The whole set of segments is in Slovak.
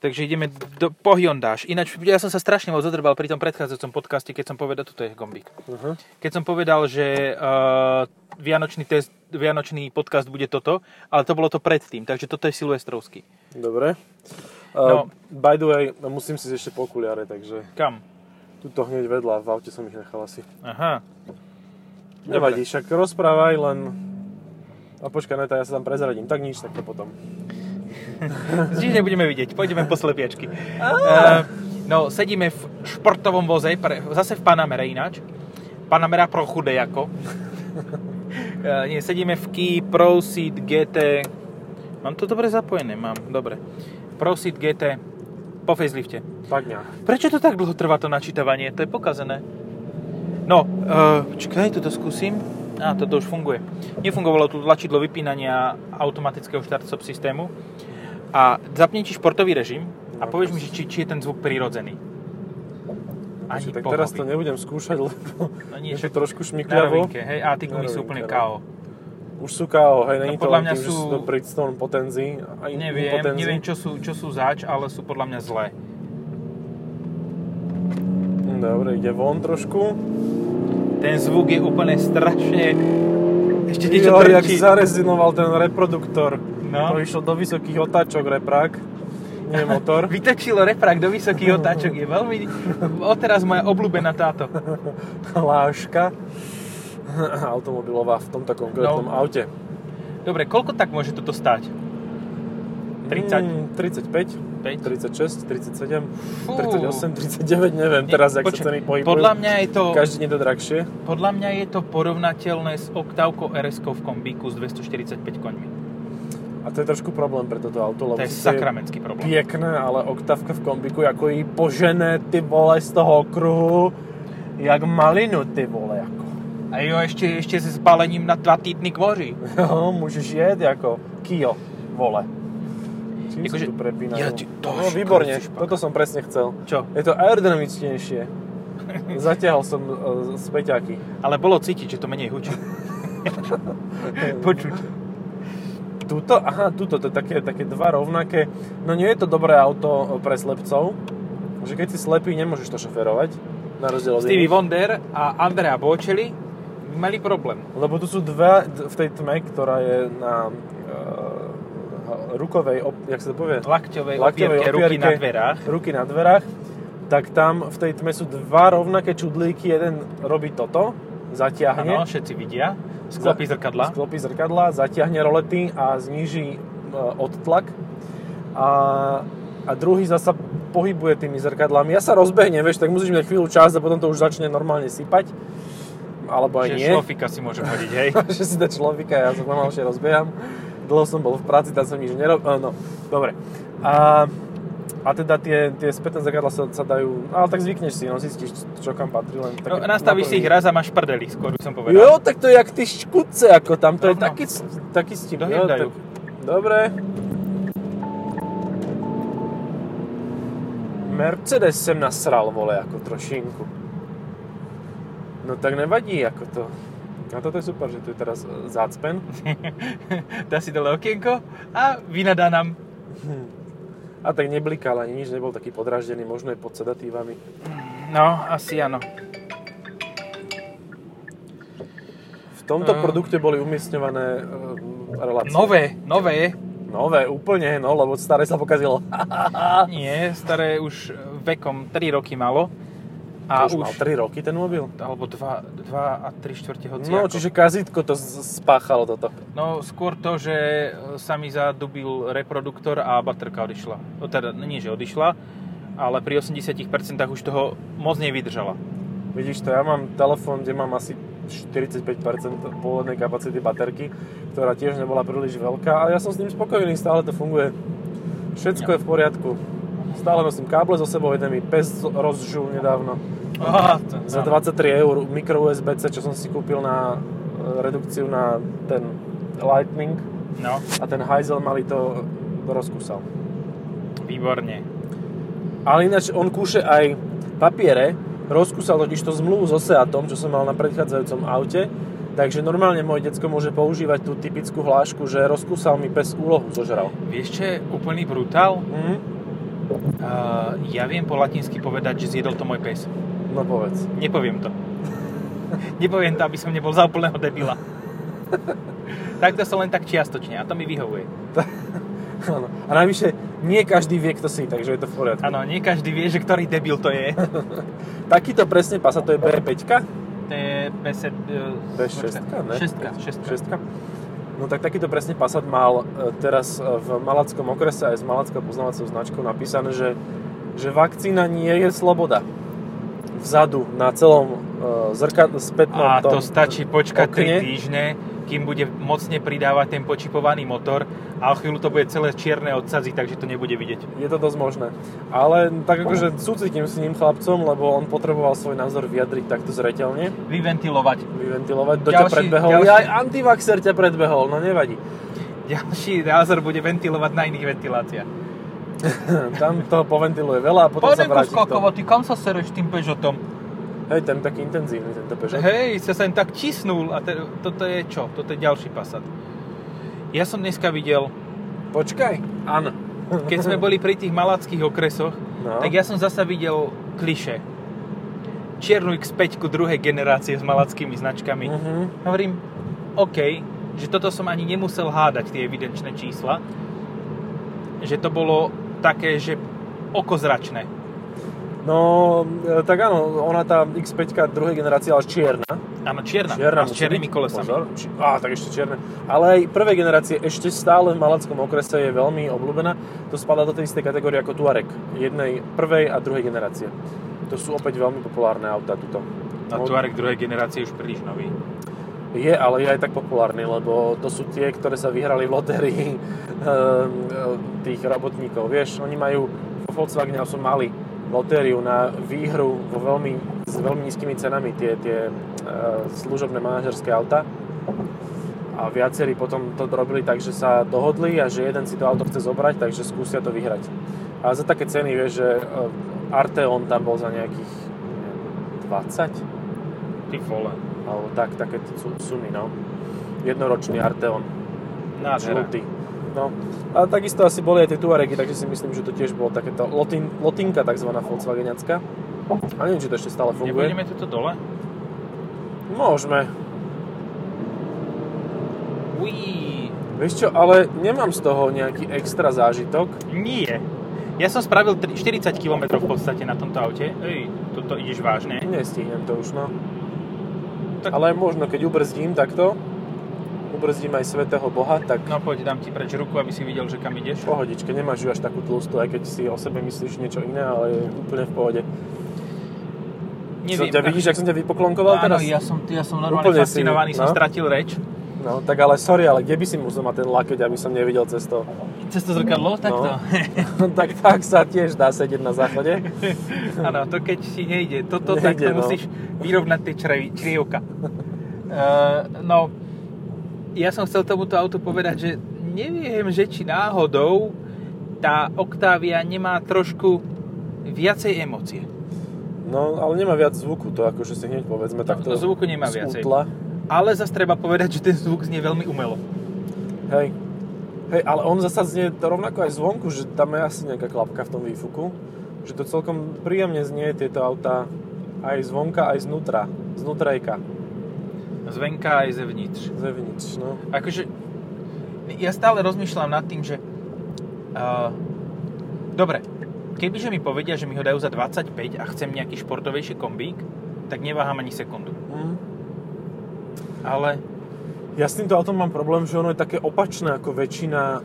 Takže ideme po Hyundai. Ináč, ja som sa strašne moc zadrbal pri tom predchádzajúcom podcaste, keď som povedal, toto je gombík. Uh-huh. Keď som povedal, že vianočný podcast bude toto, ale to bolo to predtým, takže toto je silvestrovský. Dobre. By the way, musím si ešte po okuliare, takže... Kam? Tuto hneď vedľa, v aute som ich nechal asi. Aha. Nevadí, však rozprávaj, len... A počkaj, ne, ja sa tam prezradím, tak nič, tak to potom. Čiže nebudeme vidieť, pôjdeme po slepiačky. No, sedíme v športovom voze, zase v Panamere ináč. Panamera pro chudejako. Nie, sedíme v Kia Proceed GT. Mám to dobre zapojené? Mám, dobre. Proceed GT po facelifte. Tak nejak. Prečo to tak dlho trvá to načítavanie? To je pokazené. No, čakaj, toto skúsim. Toto už funguje. Nefungovalo tu tlačidlo vypínania automatického štart-stop systému. A zapni ti športový režim a povieš mi, či je ten zvuk prirodzený. Ani tak teraz to nebudem skúšať, lebo je to trošku šmykľavo. Hej, a ty gumy sú úplne KO. Už sú KO, hej, není to len tým, sú... že sú do Bridgestone potenzí. Neviem, čo sú zač, ale sú podľa mňa zlé. Dobre, ide von trošku. Ten zvuk je úplne strašne... Ešte niečo trčí. Jak zarezinoval ten reproduktor. No. To išlo do vysokých otáčok reprák, nie motor. Vytočilo reprák do vysokých otáčok, je veľmi... Odteraz moja obľúbená táto. Láška automobilová v tomto konkrétnom aute. Dobre, koľko tak môže toto stáť? 30? 35, 36, 37, Fú. 38, 39, neviem teraz, jak sa ceny pohybujú. Podľa mňa je to... Každý deň to drahšie. Podľa mňa je to porovnateľné s Octavkou RS-kou v kombíku s 245 koňmi. A to je trošku problém pre toto auto, lebo to je sakramentský problém. Pekné, ale Octavka v kombíku, ako ji požene, ty vole, z toho okruhu, jak malinu, ty vole, ako. A jo, ešte s balením na 2 týdny kvoří. Jo, môžeš jesť ako Kio, vole. Čím sa tu prepínajú? Výborne, toto som presne chcel. Čo? Je to aerodynamičnejšie. Zatiahol som z peťáky. Ale bolo cítiť, že to menej hučí. Počuť. Tuto, to je také dva rovnaké. No nie je to dobré auto pre slepcov. Že keď si slepý, nemôžeš to šoferovať. Na rozdiel od Stevie Wonder a Andrea Bocelli mali problém. Lebo tu sú dve v tej tme, ktorá je na rukovej, jak sa to povie? Lakťovej opierke, ruky na dverách. Ruky na dverách. Tak tam v tej tme sú dva rovnaké čudlíky. Jeden robí toto, zatiahne. Áno, všetci vidia. Sklopí zrkadla, zatiahne rolety a zníži odtlak. A druhý zasa pohybuje tými zrkadlami. Ja sa rozbehnem, vieš, tak musíš mať chvíľu čas a potom to už začne normálne sypať. Alebo aj nie. Že šlofika si môžem hodiť, hej? Že si dať šlofika, ja sa pomalšie rozbieham. Dlho som bol v práci, tam som nič nerobil. No, dobre. A teda tie spätné zrkadlá sa dajú... Ale tak zvykneš si, zistíš, čo kam patrí. Len no, nastavíš si ich raz a máš prdeli, skôr by som povedal. Jo, tak to je jak ty škudce, ako tam. To je taký stín. Dohľadajú. Dobre. Mercedes sem nasral, vole, ako trošinku. No tak nevadí, ako to. A toto je super, že tu je teraz zácpen. Dá si dole okienko a vynadá nám. A tak neblikal ani nič, nebol taký podráždený, možno je pod sedatívami. No, asi áno. V tomto produkte boli umiestňované relácie. Nové, úplne, no, lebo staré sa pokazilo. Nie, staré už vekom 3 roky malo. A už mal 3 roky ten mobil? Alebo 2 a 3/4 hociako. No, čiže kazítko to spáchalo toto. No, skôr to, že sa mi zadubil reproduktor a baterka odišla. No teda, nie že odišla, ale pri 80% už toho moc nevydržala. Vidíš to, ja mám telefón, kde mám asi 45% pôvodnej kapacity baterky, ktorá tiež nebola príliš veľká a ja som s ním spokojný, stále to funguje. Všetko je v poriadku. Stále nosím káble so sebou, jeden mi pes rozžul nedávno. Za 23 € mikro USB-C, čo som si kúpil na redukciu na ten Lightning. No. A ten hajzel malý to rozkúsal. Výborne. Ale ináč on kúše aj papiere. Rozkúsal totiž to zmluvu so Seatom, čo som mal na predchádzajúcom aute. Takže normálne môj decko môže používať tú typickú hlášku, že rozkúsal mi pes úlohu, zožral. Vieš čo je úplný brutál? Ja viem po latinsky povedať, že zjedol to môj pes. No povedz. Nepoviem to. Nepoviem to, aby som nebol za úplného debila. Takto sa len tak čiastočne a to mi vyhovuje. Áno. A najvyššie, nie každý vie, kto si, takže je to v poriadku. Áno, nie každý vie, že ktorý debil to je. Takýto presne Passat, to je B5? To je B6, ne? 6. No tak takýto presne Passat mal teraz v malackom okrese aj s malackou poznávacou značkou napísané, že vakcína nie je sloboda. Vzadu na celom spätnom a to stačí počkať 3 okne. týždne, kým bude mocne pridávať ten počipovaný motor a o chvíľu to bude celé čierne odsazy, takže to nebude vidieť. Je to dosť možné. Ale tak akože súcitím s ním chlapcom, lebo on potreboval svoj názor vyjadriť takto zreteľne. Vyventilovať. Ďa predbehol. Ja aj antivaxer ťa predbehol, no nevadí. Ďalší názor bude ventilovať na iných ventiláciách. Tam toho poventiluje veľa a potom sa vráti k tomu. Ty kam sa sereš tým Peugeotom? Hej, ten taký intenzívny, tento Peugeot. Hej, sa sem tak tisnul a toto je čo? Toto je ďalší Passat. Ja som dneska videl... Počkaj, áno. Keď sme boli pri tých malackých okresoch, tak ja som zasa videl klišé. Čiernu X5 druhej generácie s malackými značkami. Hovorím, OK, že toto som ani nemusel hádať, tie evidenčné čísla. Že to bolo také, že okozračné. No, tak áno, ona tá X5 druhej generácie, ale čierna. Áno, čierna a s čiernymi kolesami. Tak ešte čierna. Ale aj prvej generácie ešte stále v malackom okrese je veľmi obľúbená. To spadá do tej istej kategórie ako Touareg. Jednej prvej a druhej generácie. To sú opäť veľmi populárne autá tuto. A Touareg druhej generácie je už príliš nový. Je, ale je aj tak populárny, lebo to sú tie, ktoré sa vyhrali v lotérii tých robotníkov. Vieš, oni majú, Volkswagen sú mali lotériu na výhru s veľmi nízkymi cenami, tie služobné manažerské auta. A viacerí potom to robili tak, že sa dohodli a že jeden si to auto chce zobrať, takže skúsia to vyhrať. A za také ceny, vieš, že Arteon tam bol za nejakých 20? Ty vole. Alebo také sumy, no. Jednoročný Arteon. Nádhera. Žlutý. No. A takisto asi boli aj tie Touaregy, takže si myslím, že to tiež bolo takéto lotinka takzvaná Volkswagenacká. A neviem, či to ešte stále funguje. Nebudeme tuto dole? Môžeme. Uí. Vieš čo, ale nemám z toho nejaký extra zážitok. Nie. Ja som spravil 40 km v podstate na tomto aute. Toto ideš vážne. Nestihnem to už, no. Tak... Ale možno, keď ubrzdím takto, ubrzdím aj svätého Boha, tak... No poď, dám ti preč ruku, aby si videl, že kam ideš. Pohodičke, nemáš ju až takú tlustú, aj keď si o sebe myslíš niečo iné, ale je úplne v pohode. Neviem. Vidíš, jak som ťa vypoklonkoval teraz? Áno, ja som normálne úplne fascinovaný, som stratil reč. No, tak ale sorry, ale kde by si musel mať ten lakeť, aby som nevidel cez to? Cez to zrkadlo? Takto. No, tak sa tiež dá sedieť na záchode. Áno, to keď si nejde toto, tak to musíš vyrovnať tie črievka. No, ja som chcel tomuto autu povedať, že neviem, že či náhodou tá Octavia nemá trošku viacej emócie. No, ale nemá viac zvuku, to akože si hneď povedzme takto. Zvuku nemá viacej. Utla. Ale zase treba povedať, že ten zvuk znie veľmi umelo. Hej, ale on zasa znie to rovnako aj zvonku, že tam je asi nejaká klapka v tom výfuku. Že to celkom príjemne znie tieto autá aj zvonka, aj znútrajka. Zvenka aj zevnitř. No. Akože, ja stále rozmýšľam nad tým, že dobre, kebyže mi povedia, že mi ho dajú za 25 a chcem nejaký športovejší kombík, tak neváham ani sekundu. Ale... Ja s týmto autom mám problém, že ono je také opačné ako väčšina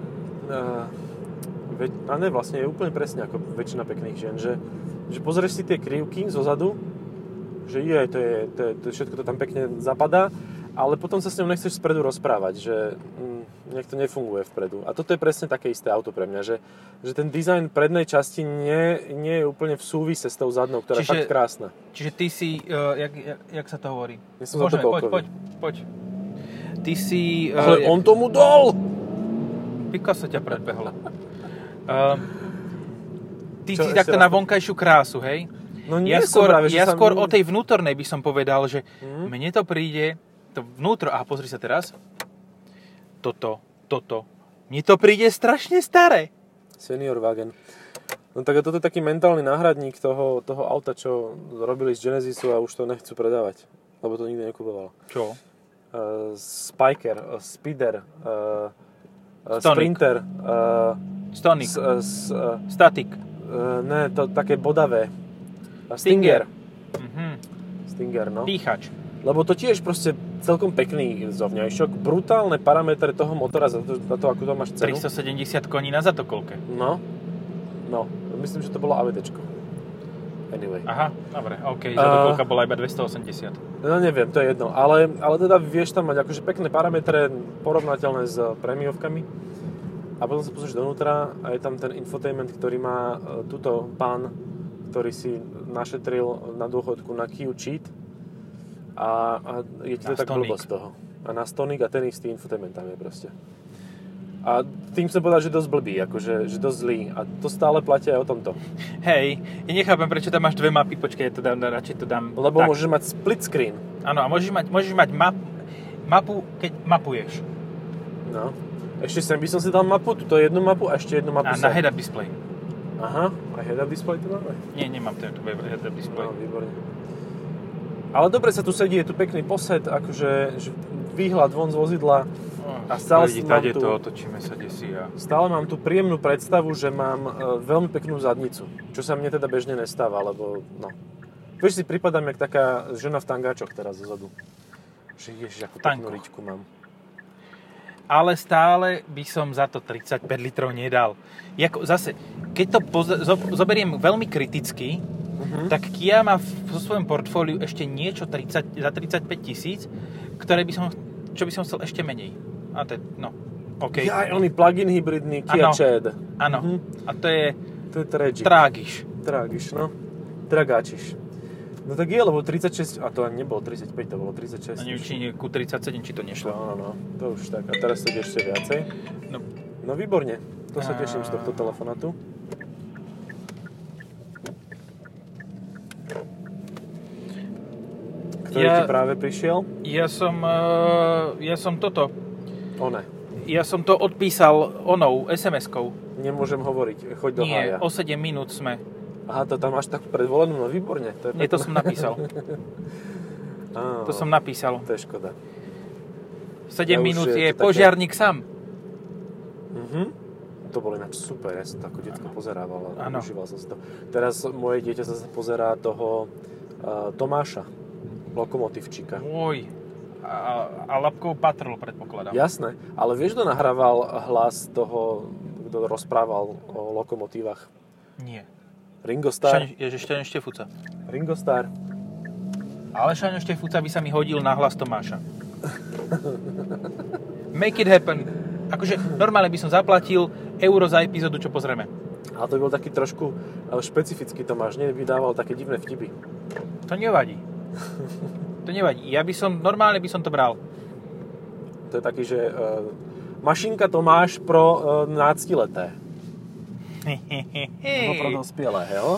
a ne, vlastne je úplne presne ako väčšina pekných žien, že pozrieš si tie krivky zozadu, že to všetko to tam pekne zapadá, ale potom sa s ňou nechceš spredu rozprávať, že nejak to nefunguje vpredu. A toto je presne také isté auto pre mňa, že ten dizajn prednej časti nie je úplne v súvise s tou zadnou, ktorá je fakt krásna. Čiže ty si, jak sa to hovorí? Ja som za to koľkový. Poď. Ty si... Ale on tomu dol! Picasso ťa predbehol. Ty si takto na vonkajšiu krásu, hej? No nie ja skôr sa... o tej vnútornej by som povedal, že mne to príde, to vnútro, pozri sa teraz, toto, mne to príde strašne staré. Senior Wagen. No tak toto je taký mentálny náhradník toho auta, čo robili z Genesisu a už to nechcú predávať. Lebo to nikto nekupoval. Čo? Spiker, Speeder, Stonic. Sprinter, Stonic. Static. ne, to také bodavé. Stinger. Stinger, no. Píchač. Lebo to tiež proste celkom pekný zovňajšok. Brutálne parametre toho motora za to ako to máš cenu. 370 koní na zatokolke. No. Myslím, že to bolo AVTčko. Anyway. Aha, dobre, OK, zatokolka bola iba 280. No neviem, to je jedno. Ale teda vieš tam mať akože pekné parametre porovnateľné s prémiovkami. A potom sa pozrieš donútra a je tam ten infotainment, ktorý má túto pán, ktorý si našetril na dôchodku na Q Cheat a je ti to tak blbo z toho. A na Stonic a ten istý infotainment tam je proste. A tým chcem povedať, že dosť blbý, akože, že dosť zlý. A to stále platí aj o tomto. Hej, ja nechápem, prečo tam máš dve mapy, počkej, ja to dám, radšej to dám. Lebo tak. môžeš mať split screen. Áno, a môžeš mať mapu, keď mapuješ. No. Ešte sem by som si dal mapu, túto jednu mapu a ešte jednu mapu A na head-up display. Aha, a head-up display to máme? Nie, nemám ten head-up display. No, výborne. Ale dobre sa tu sedí, je tu pekný posed, akože výhľad von z vozidla. A stále otočíme sa desí a... Stále mám tu príjemnú predstavu, že mám veľmi peknú zadnicu. Čo sa mne teda bežne nestáva, lebo no. Vieš si, pripadám jak taká žena v tangáčoch teraz zozadu. Že ježiš, akú peknú riťku mám. Ale stále by som za to 35 litrov nedal. Zase, keď to zoberiem veľmi kriticky, tak Kia má vo svojom portfóliu ešte niečo za 35 000, čo by som chcel ešte menej. A to je, no, OK. Ja, oný plug-in hybridný Kia Ceed. Áno, a to je Tragiš, no. Tragáčiš. No tak je, lebo 36, a to ani nebolo 35, to bolo 36. A neviem, či ku 37, či to nešlo. No, to už tak. A teraz to ide ešte viacej. No výborne, to sa teším z tohto telefonátu. Ktorý ti práve prišiel? Ja som toto. Ja som to odpísal SMS-kou. Nemôžem hovoriť, choď do hája. Nie, o 7 minút sme. Aha, to tam máš takú predvolenú, no výborne. Nie, to som napísal. To som napísal. To je škoda. 7 minút je požiarník sám. To bolo ináč super, ja som to ako detsko pozerával a užíval som si to. Teraz moje dieťa sa pozerá toho Tomáša, lokomotívčika. Oj, a Lapkov Patrol, predpokladám. Jasné, ale vieš, kto nahrával hlas toho, kto rozprával o lokomotívach? Nie. Ringo Starr. Šťaňo Štefúca. Ringo Starr. Ale Šťaňo Štefúca by sa mi hodil na hlas Tomáša. Make it happen. Akože normálne by som zaplatil euro za epizódu, čo pozrieme. Ale to bol taký trošku špecifický Tomáš, nevydával také divné vtipy. To nevadí. Normálne by som to bral. To je taký, že mašinka Tomáš pro náctileté. No pro dospielé, jo?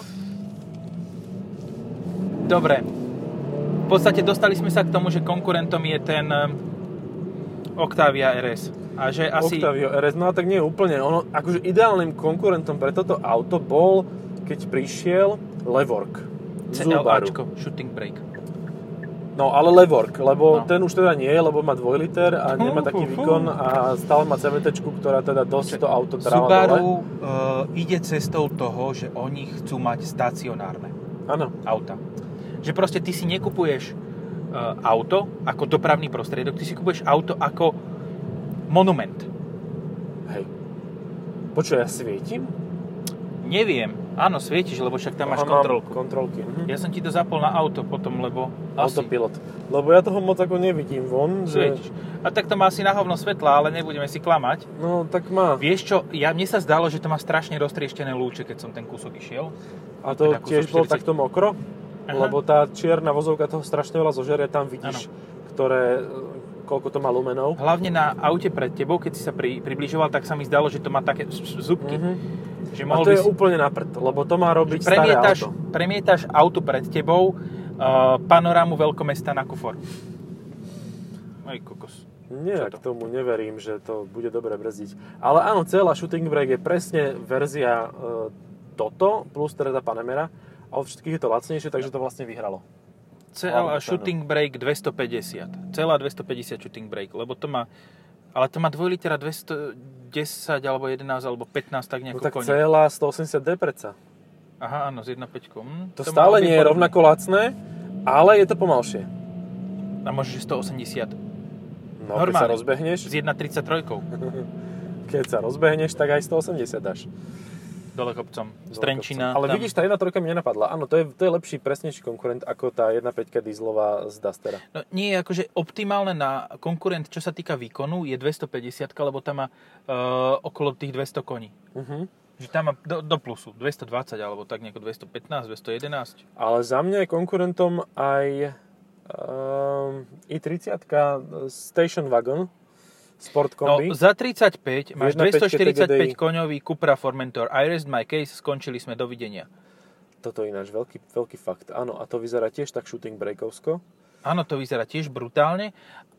Dobre. V podstate dostali sme sa k tomu, že konkurentom je ten Octavia RS. A že asi... Octavia RS, no tak nie úplne. Ono, akože ideálnym konkurentom pre toto auto bol, keď prišiel Levorg. CLAčko, shooting brake. No, ale Levorg, lebo ten už teda nie je, lebo má 2 liter a nemá taký výkon a stále má CVTčku, ktorá teda dosť to auto dráva Subaru ide cestou toho, že oni chcú mať stacionárne auta. Že proste ty si nekupuješ auto ako dopravný prostriedok, ty si kupuješ auto ako monument. Hej. Počuj, ja svietim? Neviem. Áno, svietiš, lebo však tam máš kontrolky. Ja som ti to zapol na auto potom, lebo... Autopilot. Lebo ja toho moc ako nevidím von. Svietiš. A tak to má asi na hovno svetla, ale nebudeme si klamať. No, tak má. Vieš čo, mne sa zdalo, že to má strašne roztrieštené lúče, keď som ten kúsok išiel. A to teda tiež bolo takto mokro? Lebo tá čierna vozovka toho strašne veľa zožerie, tam vidíš, koľko to má lumenov. Hlavne na aute pred tebou, keď si sa približoval, tak sa mi zdalo, že to má také zubky. Že a to je úplne na prd, lebo to má robiť staré auto. Premietaš auto pred tebou, panorámu veľkomesta na kufor. Oj, kokos. Nie, k tomu neverím, že to bude dobre brzdiť. Ale áno, celá shooting brake je presne verzia toto, plus teda tá Panamera, a od všetkých je to lacnejšie, takže to vlastne vyhralo. CLA shooting brake 250. CLA 250 shooting brake, lebo to má... Ale to má 2 litera 210 alebo 11 alebo 15, tak nejako tak koní. CLA 180D predsa. Aha, áno, s 1.5. To stále nie je rovnako lacné, ale je to pomalšie. A môžeš 180. No, normálne. Keď sa rozbehneš... S 1.33. Keď sa rozbehneš, tak aj 180 dáš. Dole kopcom. Z Trenčína. Ale tam... vidíš, tá 1.3 mi nenapadla. Áno, to je lepší, presnejší konkurent ako tá 1.5 dieselová z Dustera. No nie, akože optimálne na konkurent, čo sa týka výkonu, je 250, lebo tam má okolo tých 200 koní. Že tam má do plusu. 220 alebo tak nejako 215, 211. Ale za mňa je konkurentom aj i30 Station Wagon Sport kombi. No, za 35 máš 245 koňový Cupra Formentor. I rest my case, skončili sme, dovidenia. Toto je ináč veľký fakt. Áno, a to vyzerá tiež tak shooting breakovsko. Áno, to vyzerá tiež brutálne.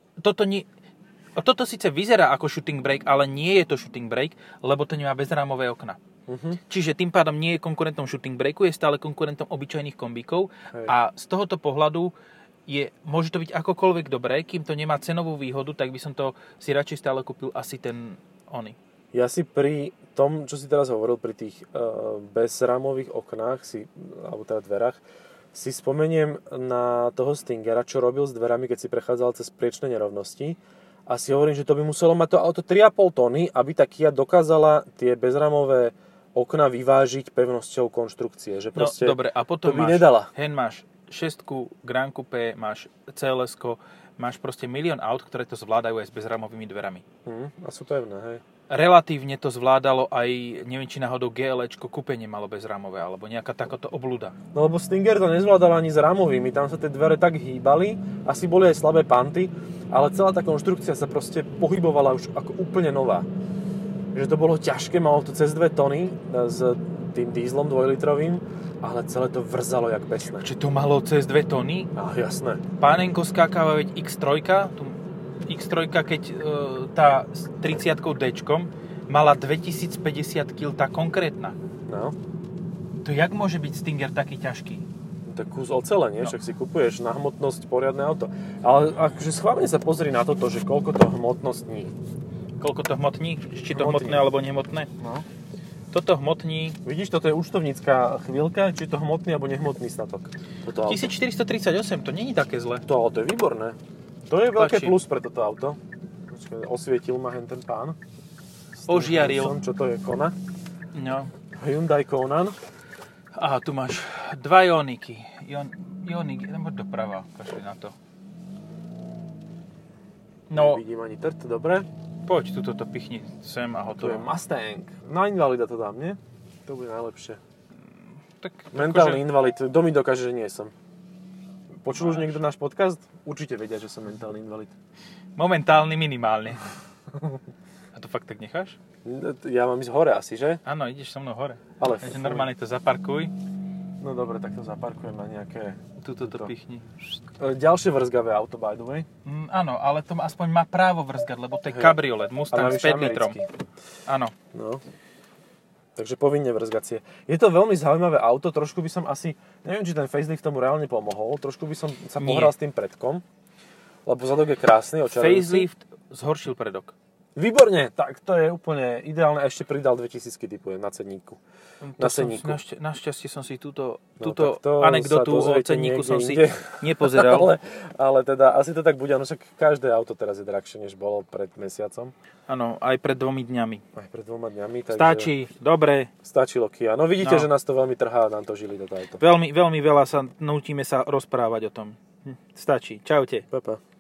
Toto síce vyzerá ako shooting brake, ale nie je to shooting brake, lebo to nemá bezrámové okna. Čiže tým pádom nie je konkurentom shooting brakeu, je stále konkurentom obyčajných kombíkov. Hej. A z tohoto pohľadu môže to byť akokoľvek dobré, kým to nemá cenovú výhodu, tak by som to si radšej stále kúpil asi ten ony. Ja si pri tom, čo si teraz hovoril, pri tých bezrámových oknách, alebo teda dverách, si spomeniem na toho Stingera, čo robil s dverami, keď si prechádzal cez priečné nerovnosti. A si hovorím, že to by muselo mať to auto 3,5 tony, aby tá Kia dokázala tie bezrámové okna vyvážiť pevnosťou konštrukcie. Že proste no dobre, a potom to by nedala. máš 6 Grand Coupe, máš CLS-ko, máš proste milión aut, ktoré to zvládajú aj s bezrámovými dverami. A sú pevné, hej. Relatívne to zvládalo aj, neviem či náhodou GLEčko Coupe nemalo bezrámové, alebo nejaká takáto obluda. No lebo Stinger to nezvládal ani s rámovými, tam sa tie dvere tak hýbali, asi boli aj slabé panty, ale celá tá konštrukcia sa proste pohybovala už ako úplne nová. Že to bolo ťažké, malo to cez 2 tony s tým dízlom 2-litrovým, ale celé to vrzalo jak besné. Či to malo cez 2 tony? Jasné. Pánenko skákava, veď X3, keď tá s 30-kou Dčkom mala 2050 kg, tá konkrétna. No. To jak môže byť Stinger taký ťažký? Tak kus ocele, nie? Však si kupuješ na hmotnosť poriadne auto. Ale akože schválne sa pozri na toto, že koľko to hmotnostní. Koľko to hmotní? Či to hmotné alebo nehmotné? No. Toto hmotní... Vidíš, toto je účtovnícka chvíľka, či je to hmotný alebo nehmotný statok. 1438, to není také zle. To je výborné. To je veľké plus pre toto auto. Osvietil ma ten pán. Ožiaril. Čo to je, Kona? No. Hyundai Konan. Aha, tu máš 2 Ioniky. Ioniky, doprava, kašli na to. No. Nevidím ani trt, dobre. Poď, tuto to pichni sem a hotovo. Tu je Mustang. Na invalida to dám, nie? To bude najlepšie. Tak, mentálny invalid. Kto mi dokáže, že nie som? Počul už niekto náš podcast? Určite vedia, že som mentálny invalid. Momentálny, minimálne. A to fakt tak necháš? Ja mám ísť hore asi, že? Áno, ideš so mnou hore. Ale takže normálne to zaparkuj. No dobre, tak to zaparkujem na nejaké... Tuto to pichni. Ďalšie vrzgavé auto, by the way. Áno, ale to aspoň má právo vrzgať, lebo to je kabriolet, Mustang s 5 litrom. Áno. No. Takže povinne vrzgacie. Je to veľmi zaujímavé auto, trošku by som asi... Neviem, či ten facelift tomu reálne pomohol, trošku by som sa pohral s tým predkom, lebo zadok je krásny, očarujúci. Facelift zhoršil predok. Výborne, tak to je úplne ideálne. A ešte pridal 2000 typujem na cenníku. Našťastie som si túto anekdotu o cenníku som si nepozeral. ale teda asi to tak bude, no však každé auto teraz je drahšie, než bolo pred mesiacom. Áno, aj pred 2 dňami. Takže stačí, dobre. Stačilo Kia. No vidíte, že nás to veľmi trhá, nám to žili toto auto. Veľmi, veľmi veľa sa nutíme sa rozprávať o tom. Stačí. Čaute. Pa.